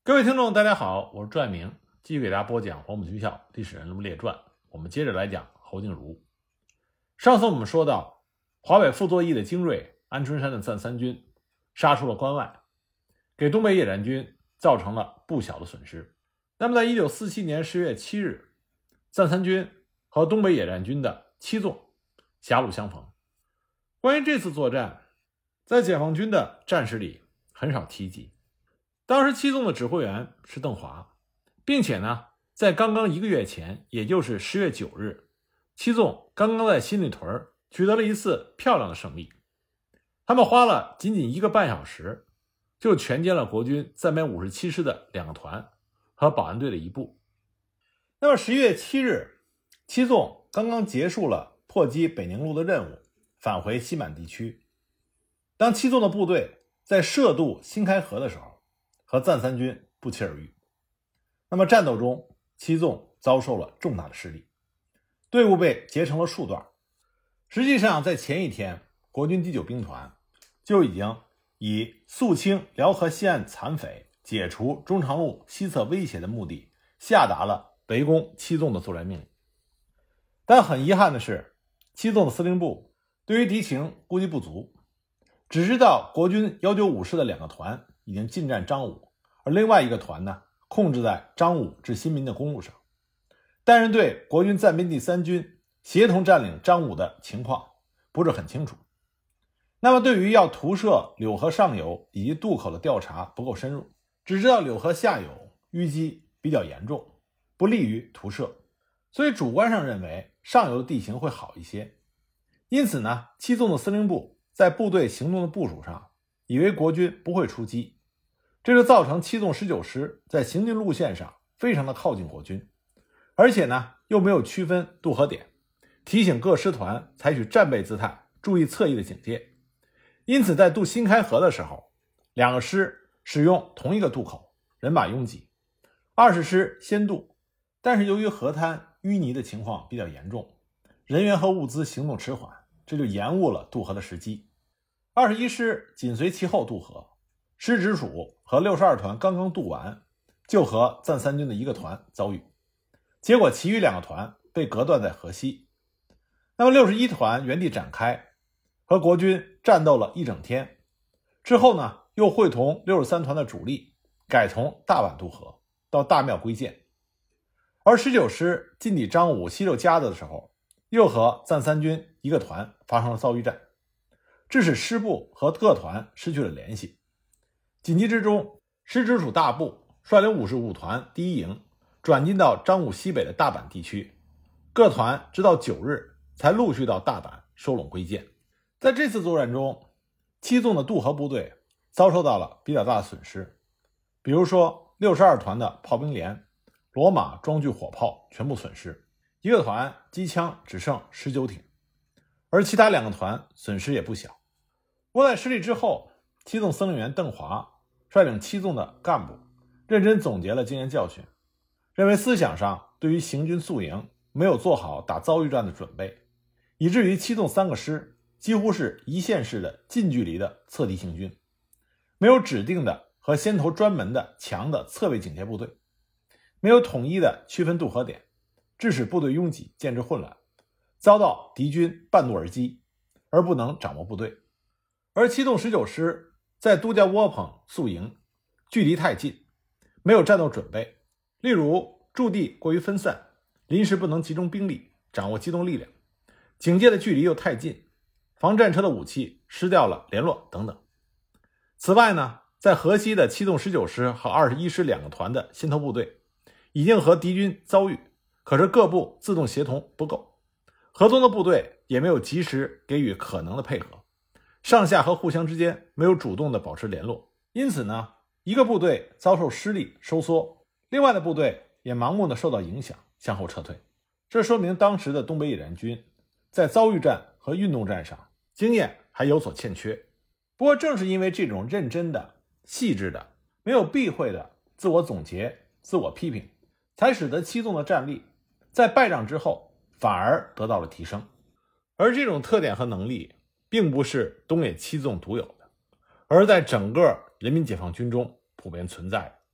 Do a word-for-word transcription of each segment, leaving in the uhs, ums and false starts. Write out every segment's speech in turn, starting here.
各位听众大家好，我是朱爱明，继续给大家播讲黄埔军校历史人物列传。我们接着来讲侯敬儒。上次我们说到华北傅作义的精锐安春山的赞三军杀出了关外，给东北野战军造成了不小的损失。那么在一九四七年十月七日，赞三军和东北野战军的七纵狭路相逢。关于这次作战，在解放军的战史里很少提及。当时七纵的指挥员是邓华，并且呢，在刚刚一个月前，也就是十月九日，七纵刚刚在新立屯取得了一次漂亮的胜利。他们花了仅仅一个半小时，就全歼了国军三百五十七师的两个团和保安队的一部。那么十一月七日，七纵刚刚结束了破击北宁路的任务，返回西满地区。当七纵的部队在涉渡新开河的时候，和赞三军不期而遇。那么战斗中，七纵遭受了重大的失利，队伍被截成了数段。实际上在前一天，国军第九兵团就已经以肃清辽河西岸残匪，解除中长路西侧威胁的目的，下达了围攻七纵的作战命令。但很遗憾的是，七纵的司令部对于敌情估计不足，只知道国军一九五师的两个团已经进占张武，而另外一个团呢，控制在张武至新民的公路上，但是对国军暂编第三军协同占领张武的情况不是很清楚。那么对于要图涉柳河上游以及渡口的调查不够深入，只知道柳河下游淤积比较严重，不利于图涉，所以主观上认为上游的地形会好一些。因此呢，七纵的司令部在部队行动的部署上以为国军不会出击，这就造成七纵十九师在行进路线上非常的靠近国军，而且呢又没有区分渡河点，提醒各师团采取战备姿态，注意侧翼的警戒。因此在渡新开河的时候，两个师使用同一个渡口，人马拥挤。二十师先渡，但是由于河滩淤泥的情况比较严重，人员和物资行动迟缓，这就延误了渡河的时机。二十一师紧随其后渡河，师直属和六十二团刚刚渡完，就和赞三军的一个团遭遇，结果其余两个团被隔断在河西。那么六十一团原地展开，和国军战斗了一整天，之后呢，又会同六十三团的主力改从大宛渡河，到大庙归建。而十九师进抵张武西六夹子的时候，又和赞三军一个团发生了遭遇战，致使师部和各团失去了联系。紧急之中，师直属大部率领五十五团第一营转进到张武西北的大阪地区，各团直到九日才陆续到大阪收拢归建。在这次作战中，七纵的渡河部队遭受到了比较大的损失，比如说六十二团的炮兵连、罗马装具火炮全部损失，一个团机枪只剩十九挺，而其他两个团损失也不小。窝在失利之后，七纵司令员邓华率领七纵的干部认真总结了经验教训，认为思想上对于行军宿营没有做好打遭遇战的准备，以至于七纵三个师几乎是一线式的近距离的侧敌行军，没有指定的和先头专门的强的侧位警戒部队，没有统一的区分渡河点，致使部队拥挤，建制混乱，遭到敌军半路而击，而不能掌握部队。而七纵十九师在都加窝棚宿营，距离太近，没有战斗准备，例如驻地过于分散，临时不能集中兵力掌握机动力量，警戒的距离又太近，防战车的武器失掉了联络等等。此外呢，在河西的七纵十九师和二十一师两个团的先头部队已经和敌军遭遇，可是各部自动协同不够，合作的部队也没有及时给予可能的配合，上下和互相之间没有主动的保持联络，因此呢，一个部队遭受失利收缩，另外的部队也盲目的受到影响，向后撤退。这说明当时的东北野战军在遭遇战和运动战上经验还有所欠缺。不过正是因为这种认真的、细致的、没有避讳的自我总结、自我批评，才使得七纵的战力在败仗之后反而得到了提升。而这种特点和能力并不是东野七纵独有的，而在整个人民解放军中普遍存在的。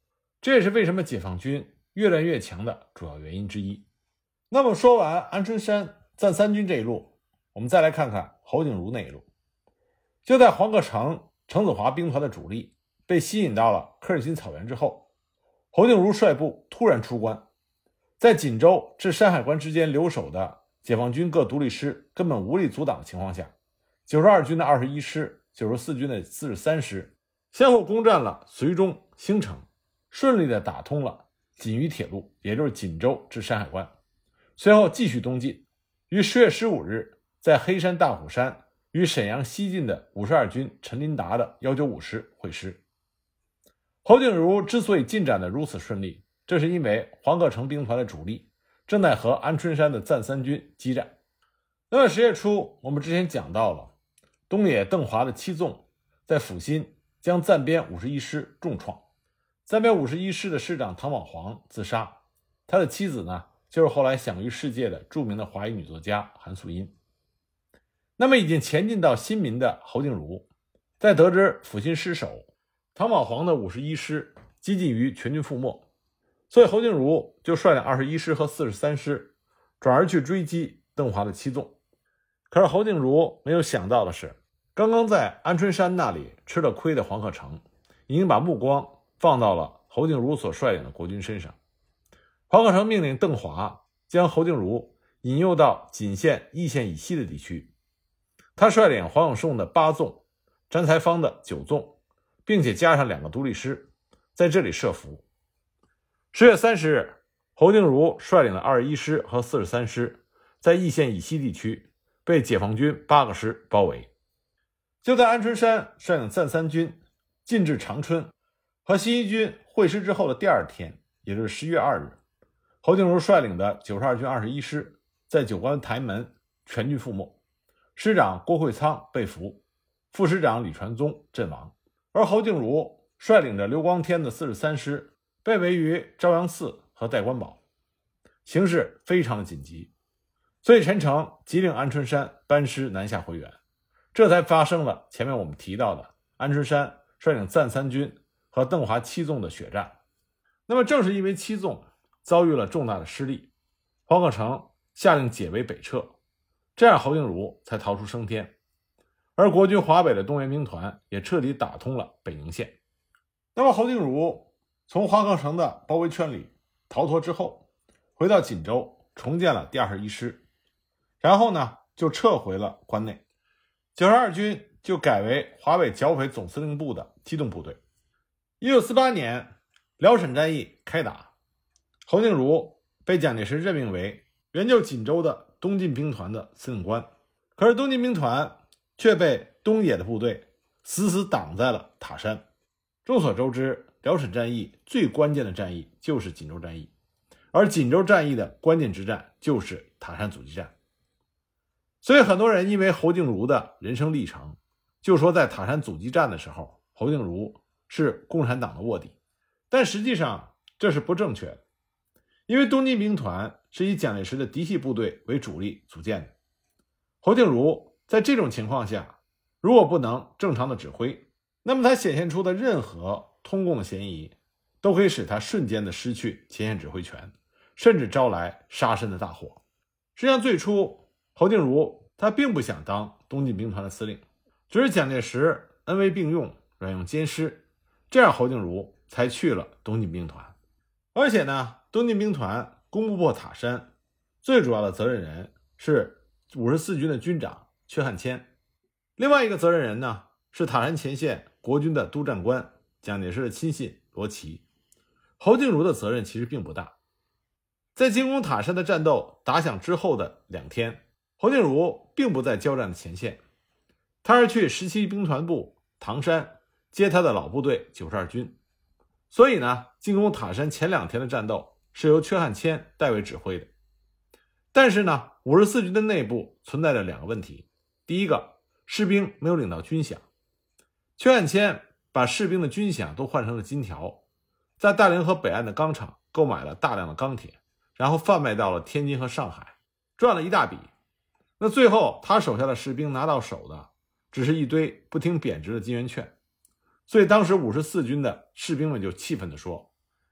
这也是为什么解放军越战越强的主要原因之一。那么说完安春山赞三军这一路，我们再来看看侯景茹那一路。就在黄克诚、程子华兵团的主力被吸引到了科尔沁草原之后，侯景茹率部突然出关，在锦州至山海关之间留守的解放军各独立师根本无力阻挡的情况下，九十二军的二十一师、九十四军的四十三师先后攻占了绥中、兴城，顺利地打通了锦渝铁路，也就是锦州至山海关。随后继续东进，于十月十五日在黑山大虎山与沈阳西进的五十二军陈林达的一九五师会师。侯景茹之所以进展得如此顺利，这是因为黄克诚兵团的主力正在和安春山的赞三军激战。那么十月初我们之前讲到了东野邓华的七纵在阜新将暂编五十一师重创，暂编五十一师的师长唐宝煌自杀，他的妻子呢就是后来享誉世界的著名的华裔女作家韩素英。那么已经前进到新民的侯景茹在得知阜新失守，唐宝煌的五十一师几近于全军覆没，所以侯景茹就率领二十一师和四十三师转而去追击邓华的七纵。可是侯景茹没有想到的是，刚刚在安春山那里吃了亏的黄克诚已经把目光放到了侯景茹所率领的国军身上。黄克诚命令邓华将侯景茹引诱到锦县易县以西的地区，他率领黄永胜的八纵、詹才芳的九纵，并且加上两个独立师在这里设伏。十月三十日，侯景茹率领了二十一师和四十三师在易县以西地区被解放军八个师包围。就在安春山率领赞三军进至长春和新一军会师之后的第二天，也就是十月二日，侯景茹率领的九十二军二十一师在九关台门全军覆没，师长郭会仓被俘，副师长李传宗阵亡。而侯景茹率领着刘光天的四十三师被围于朝阳寺和代官堡，形势非常的紧急，所以陈诚急令安春山班师南下回援，这才发生了前面我们提到的安春山率领赞三军和邓华七纵的血战。那么正是因为七纵遭遇了重大的失利，黄克诚下令解围北撤，这样侯景茹才逃出升天。而国军华北的东援兵团也彻底打通了北宁县。那么侯景茹从黄克诚的包围圈里逃脱之后，回到锦州重建了第二十一师，然后呢就撤回了关内。九十二军就改为华北剿匪总司令部的机动部队。一九四八年辽沈战役开打，侯景茹被蒋介石任命为援救锦州的东进兵团的司令官。可是东进兵团却被东野的部队死死挡在了塔山。众所周知，辽沈战役最关键的战役就是锦州战役，而锦州战役的关键之战就是塔山阻击战。所以很多人因为侯景茹的人生历程，就说在塔山阻击战的时候，侯景茹是共产党的卧底，但实际上这是不正确的。因为东进兵团是以蒋介石的嫡系部队为主力组建的，侯景茹在这种情况下如果不能正常的指挥，那么他显现出的任何通共的嫌疑都可以使他瞬间的失去前线指挥权，甚至招来杀身的大祸。实际上最初侯景茹他并不想当东进兵团的司令，只是蒋介石恩威并用，软用兼施，这样侯景茹才去了东进兵团。而且呢，东进兵团攻不破塔山，最主要的责任人是五十四军的军长阙汉骞，另外一个责任人呢是塔山前线国军的督战官蒋介石的亲信罗奇。侯景茹的责任其实并不大。在进攻塔山的战斗打响之后的两天，侯景茹并不在交战的前线，他是去十七兵团部唐山接他的老部队九十二军。所以呢，进攻塔山前两天的战斗是由阙汉骞代为指挥的。但是呢，五十四军的内部存在着两个问题。第一个，士兵没有领到军饷。阙汉骞把士兵的军饷都换成了金条，在大凌河北岸的钢厂购买了大量的钢铁，然后贩卖到了天津和上海，赚了一大笔。那最后他手下的士兵拿到手的只是一堆不听贬值的金圆券。所以当时五十四军的士兵们就气愤地说，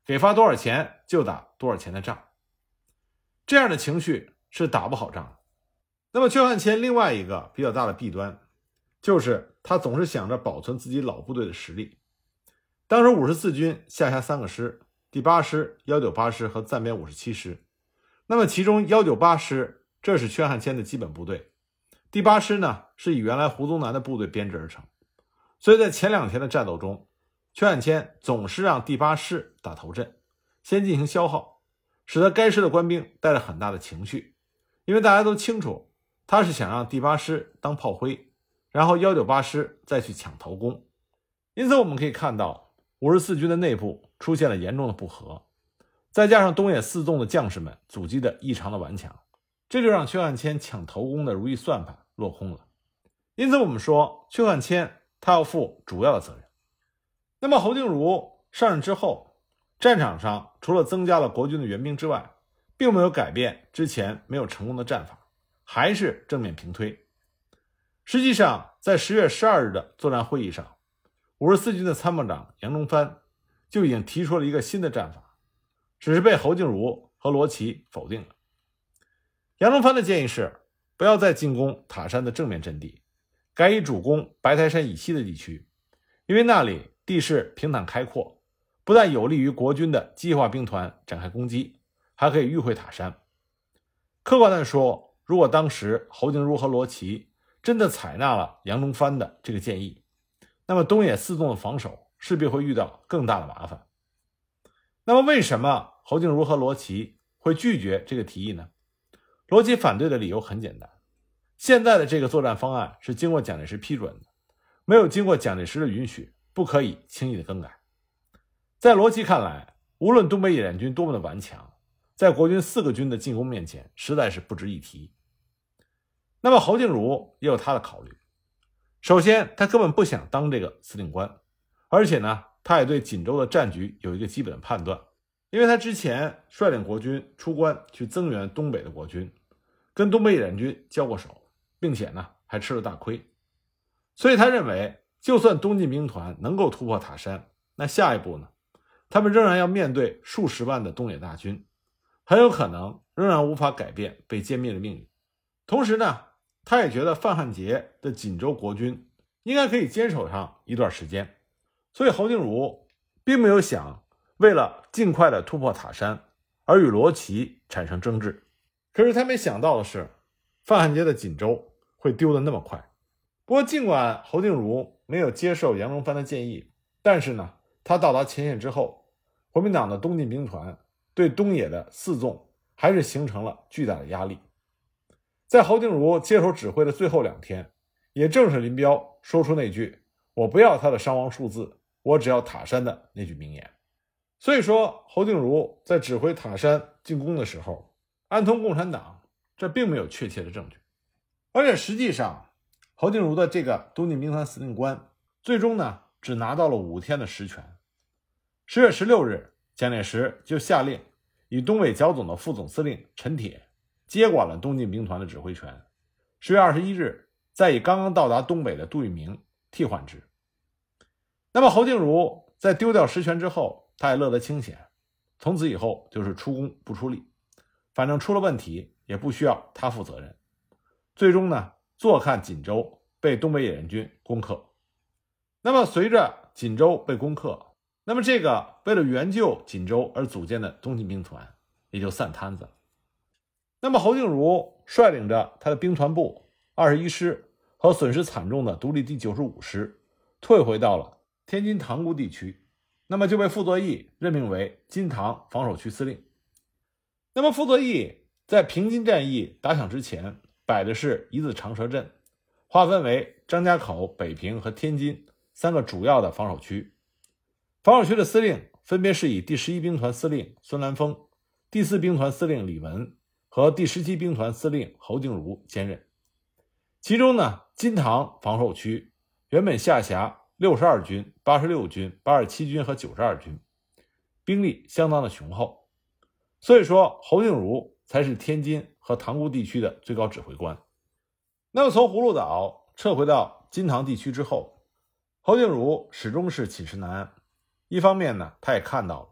给发多少钱就打多少钱的仗。这样的情绪是打不好仗的。那么阙汉骞另外一个比较大的弊端，就是他总是想着保存自己老部队的实力。当时五十四军下辖三个师，第八师、一九八师和暂编五十七师。那么其中一九八师，这是阙汉骞的基本部队，第八师呢是以原来胡宗南的部队编制而成。所以在前两天的战斗中，阙汉骞总是让第八师打头阵，先进行消耗，使得该师的官兵带着很大的情绪，因为大家都清楚他是想让第八师当炮灰，然后一九八师再去抢头功。因此我们可以看到五十四军的内部出现了严重的不和，再加上东野四纵的将士们阻击的异常的顽强，这就让阙汉骞抢头功的如意算盘落空了。因此我们说阙汉骞他要负主要的责任。那么侯静茹上任之后，战场上除了增加了国军的援兵之外，并没有改变之前没有成功的战法，还是正面平推。实际上在十月十二日的作战会议上，五十四军的参谋长杨忠藩就已经提出了一个新的战法，只是被侯静茹和罗琦否定了。杨忠藩的建议是不要再进攻塔山的正面阵地，改以主攻白台山以西的地区，因为那里地势平坦开阔，不但有利于国军的机械化兵团展开攻击，还可以迂回塔山。客观地说，如果当时侯静茹和罗琦真的采纳了杨忠藩的这个建议，那么东野四纵的防守势必会遇到更大的麻烦。那么为什么侯静茹和罗琦会拒绝这个提议呢？罗琦反对的理由很简单，现在的这个作战方案是经过蒋介石批准的，没有经过蒋介石的允许，不可以轻易的更改。在罗琦看来，无论东北野战军多么的顽强，在国军四个军的进攻面前实在是不值一提。那么侯静茹也有他的考虑，首先他根本不想当这个司令官，而且呢他也对锦州的战局有一个基本的判断，因为他之前率领国军出关去增援东北的国军，跟东北野战军交过手，并且呢还吃了大亏。所以他认为就算东进兵团能够突破塔山，那下一步呢，他们仍然要面对数十万的东野大军，很有可能仍然无法改变被歼灭的命运。同时呢，他也觉得范汉杰的锦州国军应该可以坚守上一段时间，所以侯静茹并没有想为了尽快的突破塔山而与罗琦产生争执。可是他没想到的是，范汉杰的锦州会丢得那么快。不过尽管侯静茹没有接受杨忠藩的建议，但是呢，他到达前线之后，国民党的东进兵团对东野的四纵还是形成了巨大的压力。在侯静茹接手指挥的最后两天，也正是林彪说出那句我不要他的伤亡数字，我只要塔山的那句名言。所以说侯静茹在指挥塔山进攻的时候，安通共产党这并没有确切的证据。而且实际上侯静茹的这个东进兵团司令官最终呢只拿到了五天的实权。十月十六日，蒋介石就下令以东北剿总的副总司令陈铁接管了东进兵团的指挥权。十月二十一日，再以刚刚到达东北的杜聿明替换之。那么侯静茹在丢掉实权之后，他也乐得清闲，从此以后就是出工不出力，反正出了问题也不需要他负责任。最终呢，坐看锦州被东北野战军攻克。那么随着锦州被攻克，那么这个为了援救锦州而组建的东进兵团也就散摊子了。那么侯静茹率领着他的兵团部二十一师和损失惨重的独立第九十五师退回到了天津塘沽地区，那么就被傅作义任命为金塘防守区司令。那么傅作义在平津战役打响之前摆的是一字长蛇阵，划分为张家口、北平和天津三个主要的防守区。防守区的司令分别是以第十一兵团司令孙兰峰、第四兵团司令李文和第十七兵团司令侯静茹兼任。其中呢，金塘防守区原本下辖六十二军、八十六军、八十七军和九十二军，兵力相当的雄厚。所以说侯静茹才是天津和塘沽地区的最高指挥官。那么从葫芦岛撤回到金塘地区之后，侯静茹始终是寝食难安。一方面呢，他也看到了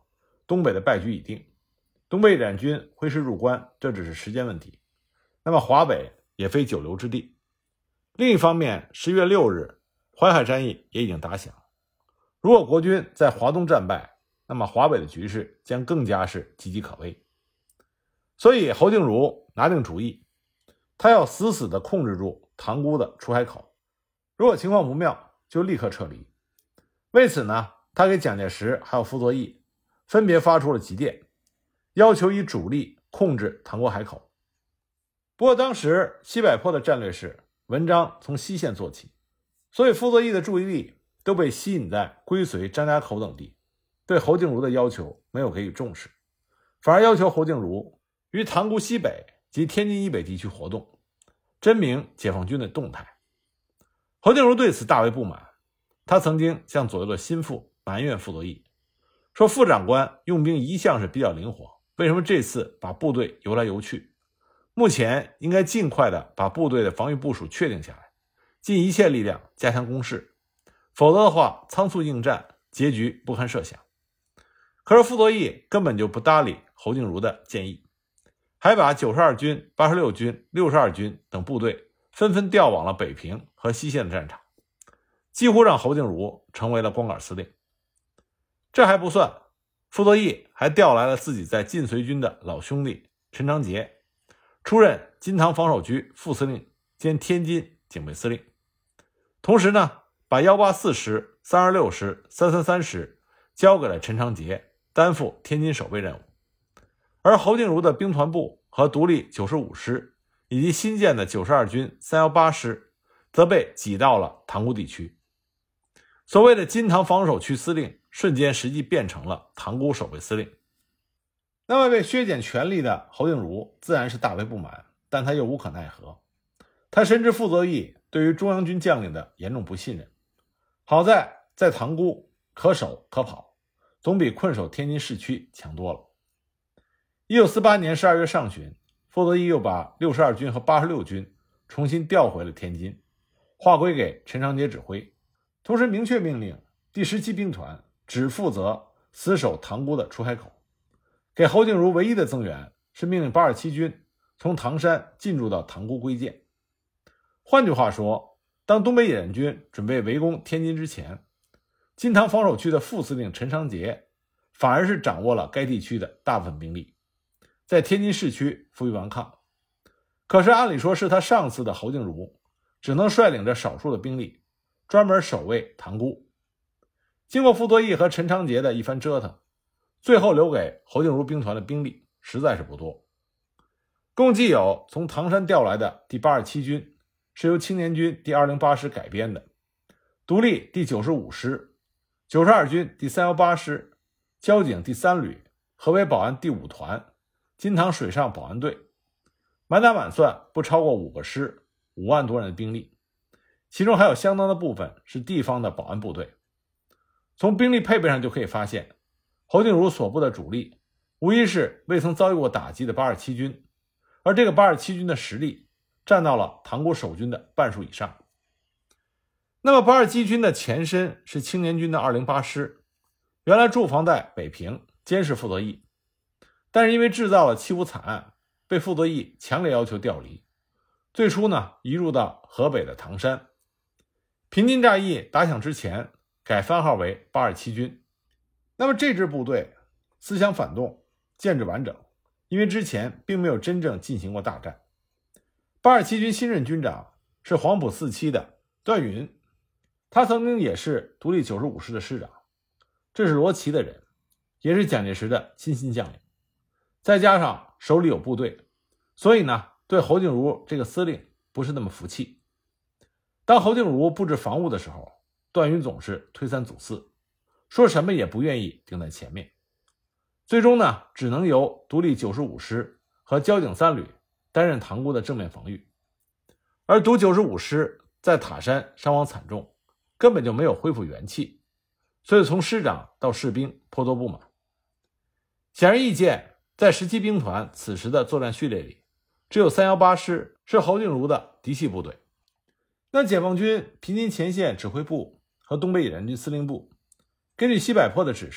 东北的败局已定，东北野战军挥师入关，这只是时间问题。那么华北也非久留之地。另一方面，十月六日，淮海战役也已经打响。如果国军在华东战败，那么华北的局势将更加是岌岌可危。所以侯静茹拿定主意，他要死死地控制住塘沽的出海口，如果情况不妙，就立刻撤离。为此呢，他给蒋介石还有傅作义分别发出了急电，要求以主力控制塘沽海口。不过当时西柏坡的战略是文章从西线做起，所以傅作义的注意力都被吸引在归绥、张家口等地，对侯静茹的要求没有给予重视，反而要求侯静茹于塘沽西北及天津以北地区活动，侦明解放军的动态。侯静茹对此大为不满，他曾经向左右的心腹埋怨傅作义，说傅长官用兵一向是比较灵活，为什么这次把部队游来游去？目前应该尽快的把部队的防御部署确定下来，尽一切力量加强攻势，否则的话仓促应战，结局不堪设想。可是傅作义根本就不搭理侯静茹的建议，还把九十二军、八十六军、六十二军等部队纷纷调往了北平和西线的战场，几乎让侯静茹成为了光杆司令。这还不算，傅作义还调来了自己在晋绥军的老兄弟陈长捷，出任金塘防守局副司令兼天津警备司令。同时呢，把一八四师、三二六师、三三三师交给了陈长捷，担负天津守备任务。而侯静茹的兵团部和独立九十五师以及新建的九十二军三一八师则被挤到了塘沽地区。所谓的金塘防守区司令瞬间实际变成了塘沽守备司令。那么被削减权力的侯静茹自然是大为不满，但他又无可奈何。他深知傅作义对于中央军将领的严重不信任，好在在塘沽可守可跑，总比困守天津市区强多了。一九四八年十二月上旬，傅作义又把六十二军和八十六军重新调回了天津，划归给陈长捷指挥，同时明确命令第十七兵团只负责死守塘沽的出海口。给侯静茹唯一的增援是命令八十七军从唐山进驻到塘沽归建。换句话说，当东北野战军准备围攻天津之前，金塘防守区的副司令陈长捷反而是掌握了该地区的大部分兵力，在天津市区负隅顽抗。可是按理说是他上司的侯静茹只能率领着少数的兵力专门守卫塘沽。经过傅作义和陈长捷的一番折腾，最后留给侯静茹兵团的兵力实在是不多，共计有从唐山调来的第八十七军，是由青年军第二零八师改编的，独立第九十五师、九十二军第三一八师、交警第三旅、河北保安第五团、金塘水上保安队，满打满算不超过五个师，五万多人的兵力，其中还有相当的部分是地方的保安部队。从兵力配备上就可以发现，侯静茹所部的主力无疑是未曾遭遇过打击的八十七军，而这个八十七军的实力占到了塘沽守军的半数以上。那么八十七军的前身是青年军的二零八师，原来驻防在北平，监视傅作义，但是因为制造了七五惨案，被傅作义强烈要求调离，最初呢移入到河北的唐山。平津战役打响之前改番号为八十七军。那么这支部队思想反动，建制完整，因为之前并没有真正进行过大战。八十七军新任军长是黄埔四期的段云，他曾经也是独立九十五师的师长，这是罗齐的人，也是蒋介石的亲信将领，再加上手里有部队，所以呢对侯静茹这个司令不是那么服气。当侯静茹布置防务的时候，段云总是推三阻四，说什么也不愿意顶在前面。最终呢只能由独立九十五师和交警三旅担任塘沽的正面防御，而独九十五师在塔山伤亡惨重，根本就没有恢复元气，所以从师长到士兵颇多不满。显而易见，在十七兵团此时的作战序列里，只有三一八师是侯静茹的嫡系部队。那解放军平津前线指挥部和东北野战军司令部根据西柏坡的指示，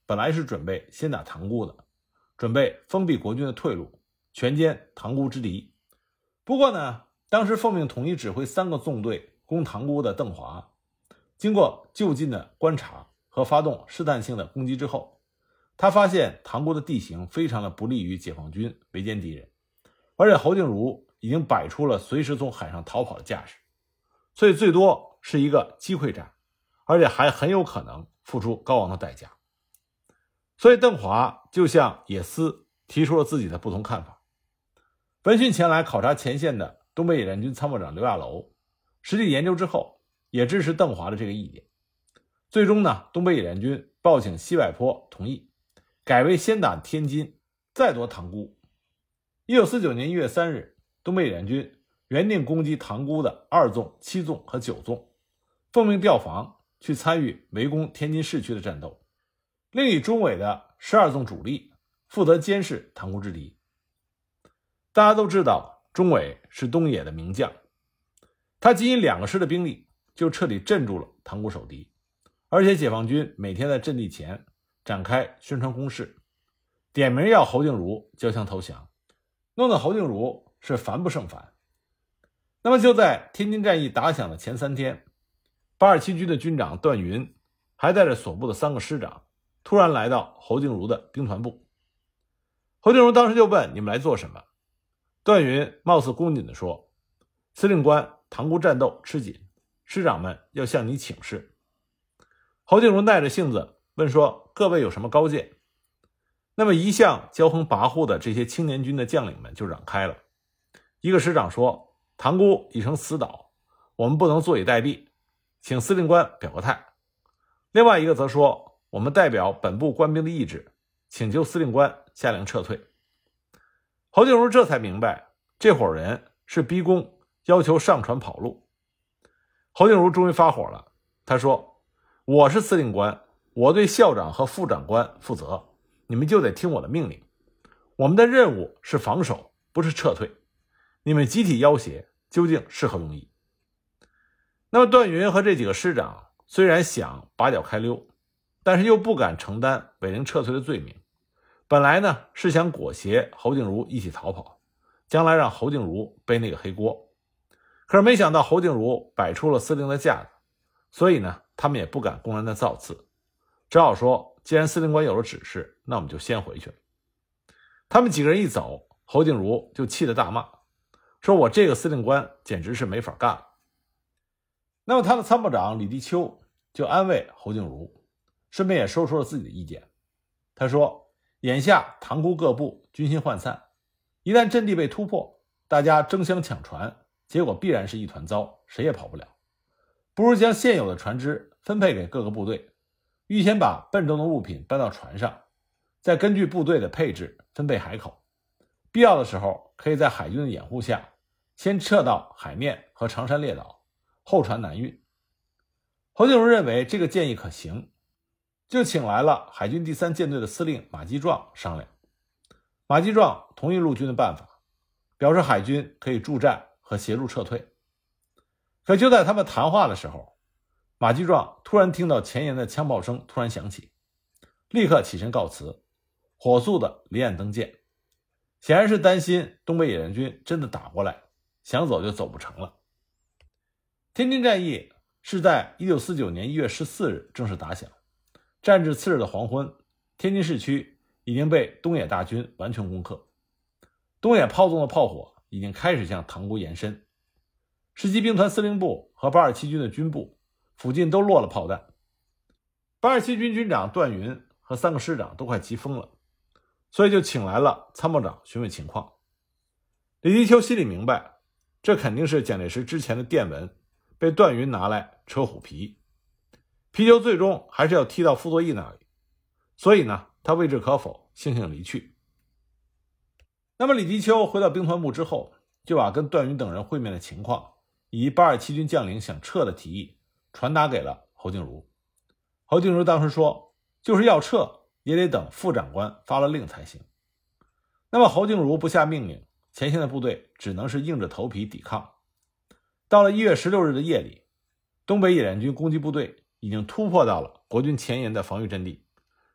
本来是准备先打塘沽的，准备封闭国军的退路，全歼塘沽之敌。不过呢，当时奉命统一指挥三个纵队攻塘沽的邓华，经过就近的观察和发动试探性的攻击之后，他发现塘沽的地形非常的不利于解放军围歼敌人，而且侯静茹已经摆出了随时从海上逃跑的架势，所以最多是一个击溃战，而且还很有可能付出高昂的代价。所以邓华就向野司提出了自己的不同看法。闻讯前来考察前线的东北野战军参谋长刘亚楼实地研究之后，也支持邓华的这个意见。最终呢，东北野战军报请西柏坡同意，改为先打天津，再夺塘沽。一九四九年一月三日，东北野战军原定攻击塘沽的二纵、七纵和九纵，奉命调防去参与围攻天津市区的战斗。另以中委的十二纵主力负责监视塘沽之敌。大家都知道，中委是东野的名将，他仅以两个师的兵力就彻底镇住了塘沽守敌，而且解放军每天在阵地前展开宣传攻势，点名要侯静茹交枪投降，弄得侯静茹是烦不胜烦。那么就在天津战役打响的前三天，八十七军的军长段云还带着所部的三个师长突然来到侯静茹的兵团部。侯静茹当时就问：你们来做什么？段云貌似恭谨地说：司令官，塘沽战斗吃紧，师长们要向你请示。侯静茹耐着性子问说：各位有什么高见？那么一向骄横跋扈的这些青年军的将领们就嚷开了。一个师长说：塘沽已成死岛，我们不能坐以待毙，请司令官表个态。另外一个则说：我们代表本部官兵的意志，请求司令官下令撤退。侯静茹这才明白，这伙人是逼宫，要求上船跑路。侯静茹终于发火了，他说：我是司令官，我对校长和副长官负责，你们就得听我的命令。我们的任务是防守，不是撤退，你们集体要挟究竟是何用意？那么段云和这几个师长虽然想拔脚开溜，但是又不敢承担委任撤退的罪名。本来呢是想裹挟侯静茹一起逃跑，将来让侯静茹背那个黑锅。可是没想到侯静茹摆出了司令的架子，所以呢他们也不敢公然的造次，只好说既然司令官有了指示，那我们就先回去了。他们几个人一走，侯静茹就气得大骂，说我这个司令官简直是没法干了。那么他的参谋长李地秋就安慰侯静茹，顺便也说出了自己的意见。他说眼下塘沽各部军心涣散，一旦阵地被突破，大家争相抢船，结果必然是一团糟，谁也跑不了。不如将现有的船只分配给各个部队，预先把笨重的物品搬到船上，再根据部队的配置分配海口，必要的时候可以在海军的掩护下先撤到海面和长山列岛，后船南运。侯静茹认为这个建议可行，就请来了海军第三舰队的司令马基壮商量。马基壮同意陆军的办法，表示海军可以助战和协助撤退。可就在他们谈话的时候，马基壮突然听到前沿的枪炮声突然响起，立刻起身告辞，火速的离岸登舰，显然是担心东北野战军真的打过来，想走就走不成了。天津战役是在一九四九年一月十四日正式打响，战至次日的黄昏，天津市区已经被东野大军完全攻克，东野炮纵的炮火已经开始向塘沽延伸。十七兵团司令部和八十七军的军部附近都落了炮弹，八十七军军长段云和三个师长都快急疯了，所以就请来了参谋长询问情况。李地秋心里明白，这肯定是蒋介石之前的电文被段云拿来扯虎皮，皮球最终还是要踢到傅作义那里，所以呢他未置可否，悻悻离去。那么李地秋回到兵团部之后，就把跟段云等人会面的情况以及八十七军将领想撤的提议传达给了侯静茹。侯静茹当时说，就是要撤也得等副长官发了令才行。那么侯静茹不下命令，前线的部队只能是硬着头皮抵抗。到了一月十六日的夜里，东北野战军攻击部队已经突破到了国军前沿的防御阵地，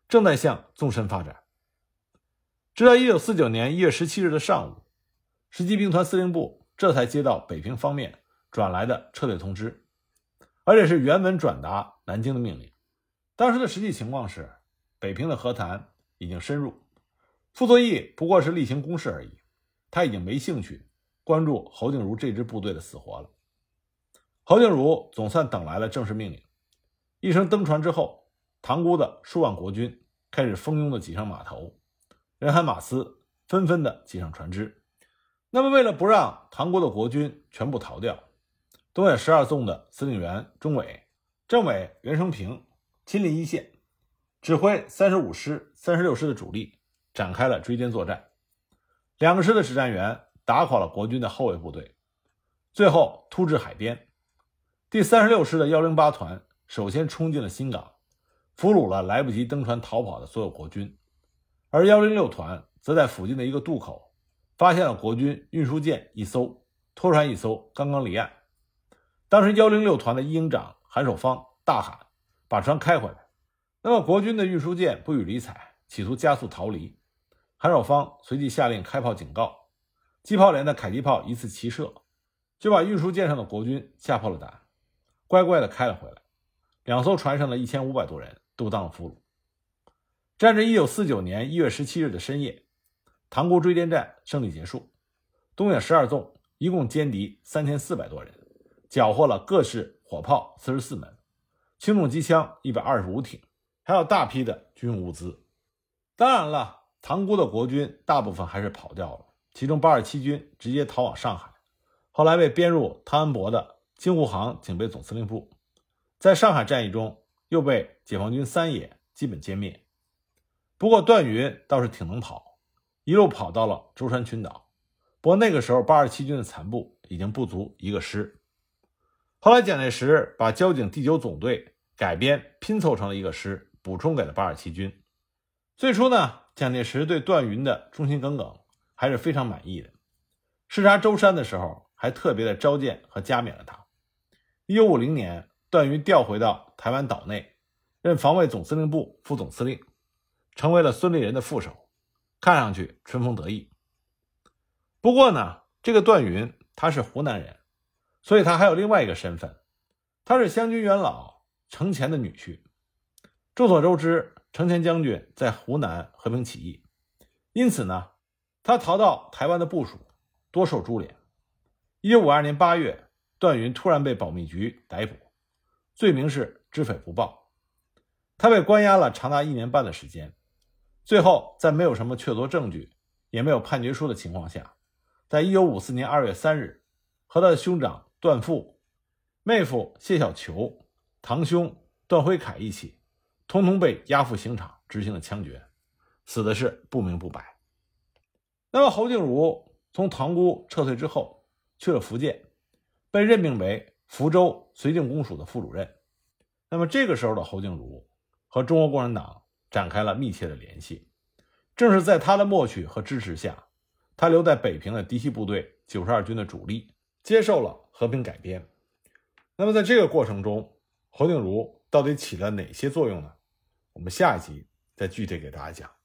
正在向纵深发展。直到一九四九年一月十七日的上午，十七兵团司令部这才接到北平方面转来的撤退通知，而且是原文转达南京的命令。当时的实际情况是，北平的和谈已经深入，傅作义不过是例行公事而已，他已经没兴趣关注侯静茹这支部队的死活了。侯静茹总算等来了正式命令，一声登船之后，塘沽的数万国军开始蜂拥的挤上码头，人喊马嘶，纷纷的挤上船只。那么为了不让塘沽的国军全部逃掉，东野十二纵的司令员钟伟、政委袁生平亲临一线，指挥三十五师、三十六师的主力展开了追歼作战。两个师的指战员打垮了国军的后卫部队，最后突至海边。第三十六师的一零八团首先冲进了新港，俘虏了来不及登船逃跑的所有国军，而一零六团则在附近的一个渡口发现了国军运输舰一艘、拖船一艘刚刚离岸。当时一零六团的一营长韩守芳大喊把船开回来，那么国军的运输舰不予理睬，企图加速逃离。韩守芳随即下令开炮警告，机炮连的迫击炮一次齐射，就把运输舰上的国军吓破了胆，乖乖地开了回来。两艘船上的一千五百多人都当了俘虏。战至一九四九年一月十七日的深夜，塘沽追歼战胜利结束，东野十二纵一共歼敌三千四百多人，缴获了各式火炮四十四门，轻重机枪一百二十五挺，还有大批的军用物资。当然了，塘沽的国军大部分还是跑掉了，其中八十七军直接逃往上海，后来被编入汤恩伯的京沪杭警备总司令部，在上海战役中又被解放军三野基本歼灭。不过段云倒是挺能跑，一路跑到了舟山群岛，不过那个时候八十七军的残部已经不足一个师。后来蒋介石把交警第九总队改编拼凑成了一个师，补充给了八十七军。最初呢，蒋介石对段云的忠心耿耿还是非常满意的，视察舟山的时候还特别的召见和加冕了他。一九五零年，段云调回到台湾岛内，任防卫总司令部副总司令，成为了孙立人的副手，看上去春风得意。不过呢，这个段云他是湖南人，所以他还有另外一个身份，他是湘军元老程潜的女婿。众所周知，程潜将军在湖南和平起义，因此呢，他逃到台湾的部署多受株连。一九五二年八月，段云突然被保密局逮捕，罪名是知匪不报。他被关押了长达一年半的时间，最后在没有什么确凿证据，也没有判决书的情况下，在一九五四年二月三日，和他的兄长段富、妹夫谢小球、堂兄段辉凯一起，通通被押赴刑场执行了枪决，死的是不明不白。那么侯静茹从塘沽撤退之后，去了福建，被任命为福州绥靖公署的副主任。那么这个时候的侯静茹和中国共产党展开了密切的联系，正是在他的默许和支持下，他留在北平的嫡系部队九十二军的主力接受了和平改编。那么在这个过程中，侯静茹到底起了哪些作用呢？我们下一集再具体给大家讲。